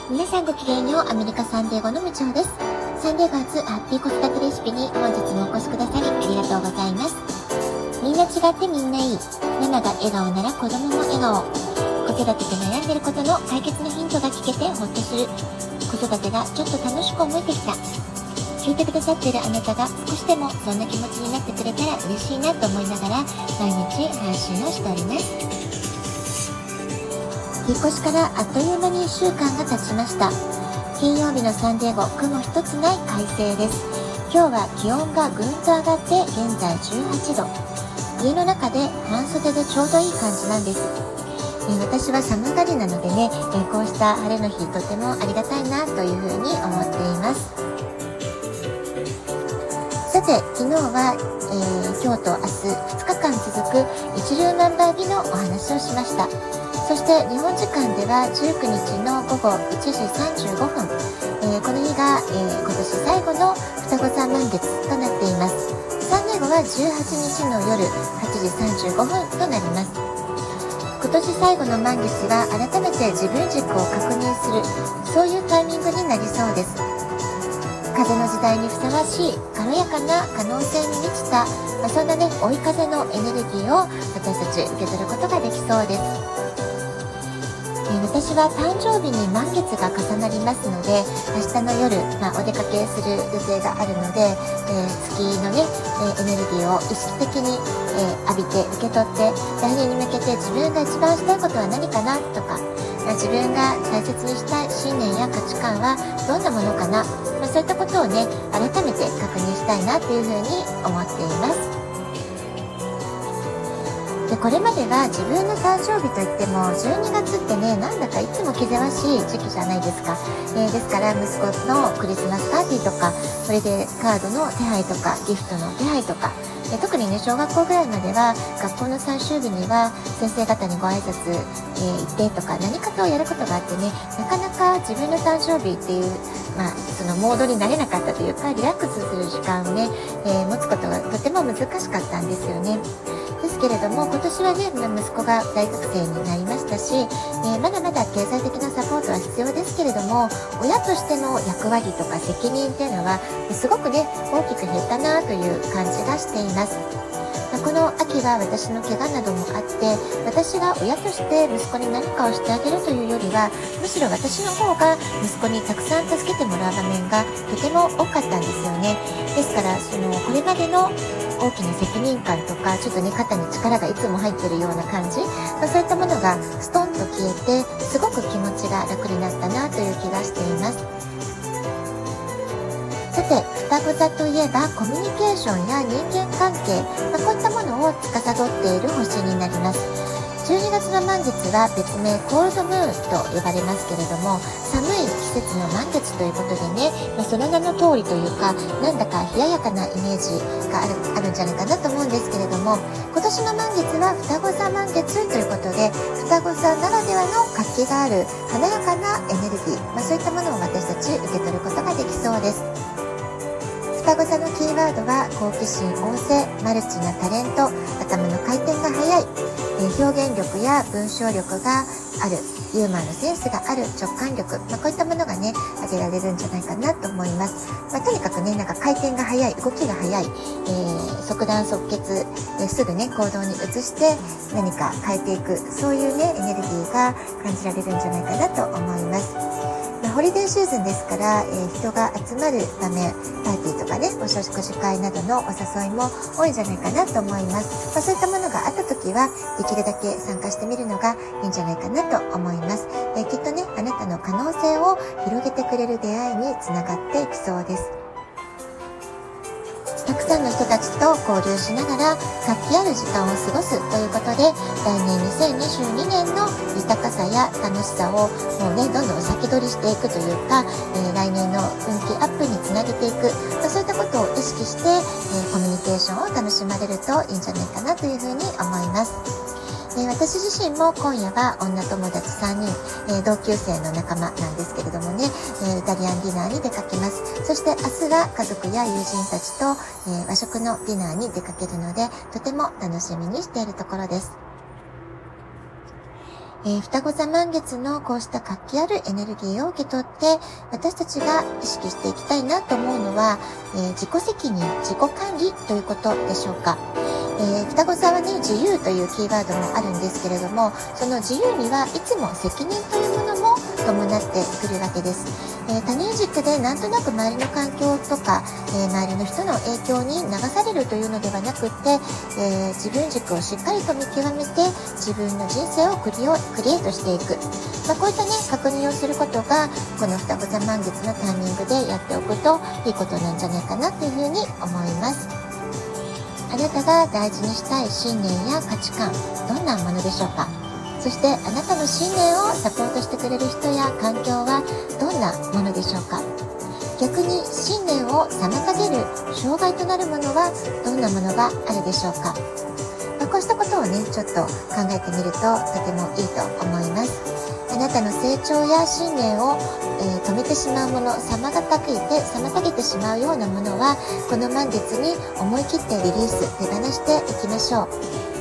皆さんごきげんよう。アメリカサンディエゴのむちょうです。サンディエゴ発ハッピー子育てレシピに本日もお越しくださりありがとうございます。みんな違ってみんないい。ママが笑顔なら子供も笑顔。子育てで悩んでることの解決のヒントが聞けてほっとする。子育てがちょっと楽しく思えてきた。聞いてくださっているあなたが少しでもそんな気持ちになってくれたら嬉しいなと思いながら毎日配信をしております。引っ越しからあっという間に1週間が経ちました。金曜日のサンディエゴ、雲一つない快晴です。今日は気温がぐんと上がって現在18度。家の中で半袖でちょうどいい感じなんです。私は寒がりなのでね、こうした晴れの日とてもありがたいなというふうに思っています。さて、昨日は、今日と明日2日間続く一粒万倍日のお話をしました。そして日本時間では19日の午後1時35分、この日が、今年最後の双子座満月となっています。サンディエゴは18日の夜8時35分となります。今年最後の満月は改めて自分軸を確認する、そういうタイミングになりそうです。風の時代にふさわしい軽やかな可能性に満ちた、そんなね追い風のエネルギーを私たち受け取ることができそうです。私は誕生日に満月が重なりますので、明日の夜、お出かけする予定があるので、月のね、エネルギーを意識的に、浴びて受け取って、来年に向けて自分が一番したいことは何かなとか、自分が大切にしたい信念や価値観はどんなものかな、そういったことをね改めて確認したいなというふうに思っています。で、これまでは自分の誕生日といっても12月ってね、なんだかいつも気ぜわしい時期じゃないですか。ですから息子のクリスマスパーティーとか、それでカードの手配とかギフトの手配とか、特にね小学校ぐらいまでは学校の最終日には先生方にご挨拶、行ってとか何かとやることがあってね、なかなか自分の誕生日っていう、そのモードになれなかったというか、リラックスする時間をね、持つことがとても難しかったんですよね。ですけれども今年はね、息子が大学生になりましたし、まだまだ経済的なサポートは必要ですけれども、親としての役割とか責任っていうのはすごくね大きく減ったなという感じがしています。この秋は私の怪我などもあって、私が親として息子に何かをしてあげるというよりは、むしろ私の方が息子にたくさん助けてもらう場面がとても多かったんですよね。ですからこれまでの大きな責任感とか、ちょっとね肩に力がいつも入っているような感じ、そういったものがストンと消えて、すごく気持ちが楽になったなという気がしています。さて、双子座といえばコミュニケーションや人間関係、こういったものを司っている星になります。12月の満月は別名コールドムーンと呼ばれますけれども、寒い季節の満月ということでね、その名の通りというか、なんだか冷ややかなイメージがあるんじゃないかなと思うんですけれども、今年の満月は双子座満月ということで、双子座ならではの活気がある華やかなエネルギー、そういったものを私たち受け取ることができそうです。双子座のキーワードは好奇心旺盛、マルチなタレント、頭の回転が速い、表現力や文章力がある、ユーモアのセンスがある、直感力、こういったものがね挙げられるんじゃないかなと思います。とにかくね、回転が速い、動きが速い、即断即決、すぐね行動に移して何か変えていく、そういうねエネルギーが感じられるんじゃないかなと思います。ホリデーシーズンですから、人が集まる場面、パーティーとかね、お食事会などのお誘いも多いんじゃないかなと思います。そういったものがあった時はできるだけ参加してみるのがいいんじゃないかなと思います。きっとね、あなたの可能性を広げてくれる出会いにつながっていきそうです。たくさんの人たちと交流しながら活気ある時間を過ごすということで、来年2022年の豊かさや楽しさをもうねどんどん先取りしていくというか、来年の運気アップにつなげていく、そういったことを意識して、コミュニケーションを楽しまれるといいんじゃないかなというふうに思います。私自身も今夜は女友達3人、同級生の仲間なんですけれどもね、イタリアンディナーに出かけます。そして明日は家族や友人たちと、和食のディナーに出かけるので、とても楽しみにしているところです。 双子座満月のこうした活気あるエネルギーを受け取って、私たちが意識していきたいなと思うのは、自己責任、自己管理ということでしょうか。双子座はね、自由というキーワードもあるんですけれども、その自由にはいつも責任というものも伴ってくるわけです。他人軸でなんとなく周りの環境とか、周りの人の影響に流されるというのではなくって、自分軸をしっかりと見極めて自分の人生をクリエイトしていく、こういったね、確認をすることがこの双子座満月のタイミングでやっておくといいことなんじゃないかなというふうに思います。あなたが大事にしたい信念や価値観、どんなものでしょうか。そしてあなたの信念をサポートしてくれる人や環境はどんなものでしょうか。逆に信念を妨げる障害となるものはどんなものがあるでしょうか。こうしたことをね、ちょっと考えてみるととてもいいと思います。あなたの成長や信念を、止めてしまうもの、妨げてしまうようなものは、この満月に思い切ってリリース、手放していきましょう。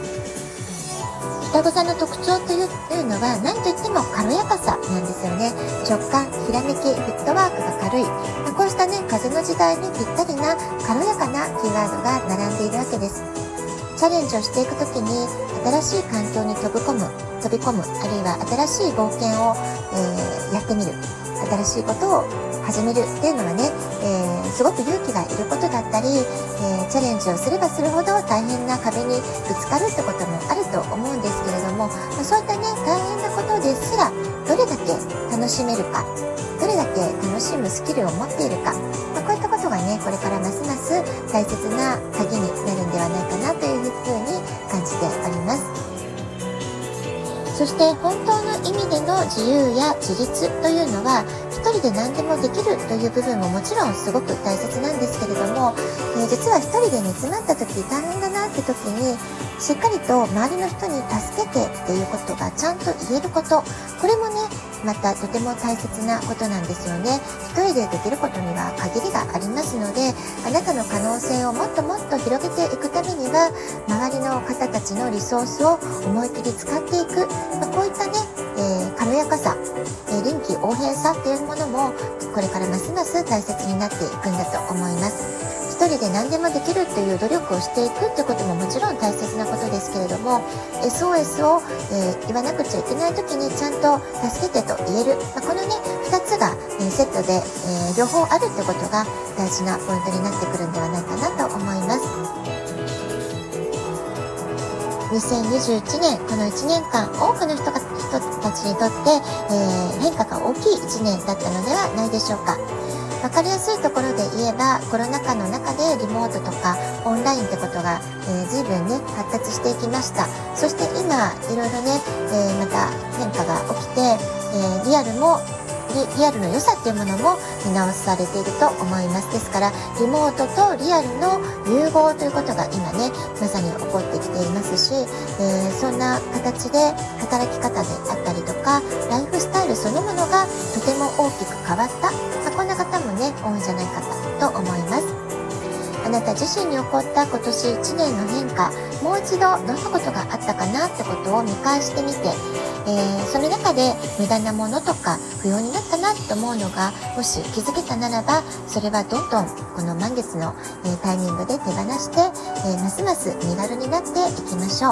双子座の特徴というのは何といっても軽やかさなんですよね。直感、ひらめき、フットワークが軽い、こうしたね、風の時代にぴったりな軽やかなキーワードが並んでいるわけです。チャレンジをしていくときに新しい環境に飛び込む、あるいは新しい冒険を、やってみる、新しいことを始めるっていうのはね、すごく勇気がいることだったり、チャレンジをすればするほど大変な壁にぶつかるってこともあると思うんですけれども、そういったね、大変なことですらどれだけ楽しめるか、どれだけ楽しむスキルを持っているか、こういったことがね、これからますます大切な鍵になるんではないかなというふうに感じております。そして本当の意味での自由や自立というのは、一人で何でもできるという部分ももちろんすごく大切なんですけれども、実は一人で煮詰まった時、大変だなって時にしっかりと周りの人に助けてっていうことがちゃんと言えること、これもね、またとても大切なことなんですよね。一人でできることには限りがありますので、あなたの可能性をもっともっと広げていくためには、周りの方たちのリソースを思い切り使っていく、こういったね、軽やかさ、臨機応変さっていうものもこれからますます大切になっていくんだと思います。一人で何でもできるという努力をしていくってことももちろん大切なことですけれども、 SOS を、言わなくちゃいけない時にちゃんと助けてと言える、このね、2つが、セットで、両方あるってことが大事なポイントになってくるんではないかなと思います。2021年、この1年間、多くの人たちにとって、変化が大きい1年だったのではないでしょうか。わかりやすいところで言えば、コロナ禍の中でリモートとかオンラインってことが、随分ね、発達していきました。そして今いろいろね、また変化が起きて、リアルの良さっていうものも見直されていると思います。ですからリモートとリアルの融合ということが今ね、まさに起こってきていますし、そんな形で働き方であったりとか、ライフスタイルそのものがとても大きく変わった、こんな方もね、多いんじゃないかと思います。あなた自身に起こった今年1年の変化、もう一度どんなことがあったかなってことを見返してみて、その中で無駄なものとか不要になったなと思うのがもし気づけたならば、それはどんどんこの満月の、タイミングで手放して、ますます身軽になっていきましょう。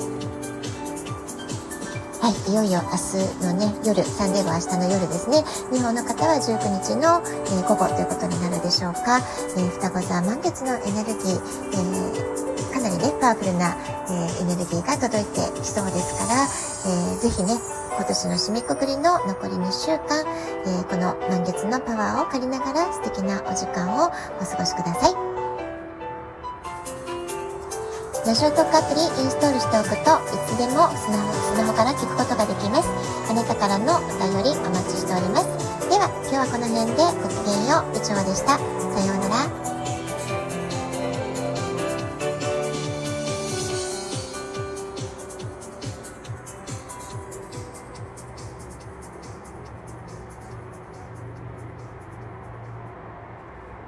はい、いよいよ明日のね、夜、サンデーは明日の夜ですね。日本の方は19日の、午後ということになるでしょうか。双子座満月のエネルギー、かなりね、パワフルな、エネルギーが届いてきそうですから、ぜひね、今年の締めくくりの残り2週間、この満月のパワーを借りながら素敵なお時間をお過ごしください。ラジオトークアプリインストールしておくと、いつでもスマホから聞くことができます。あなたからのお便りお待ちしております。では今日はこの辺でごきげんよう。以上でした。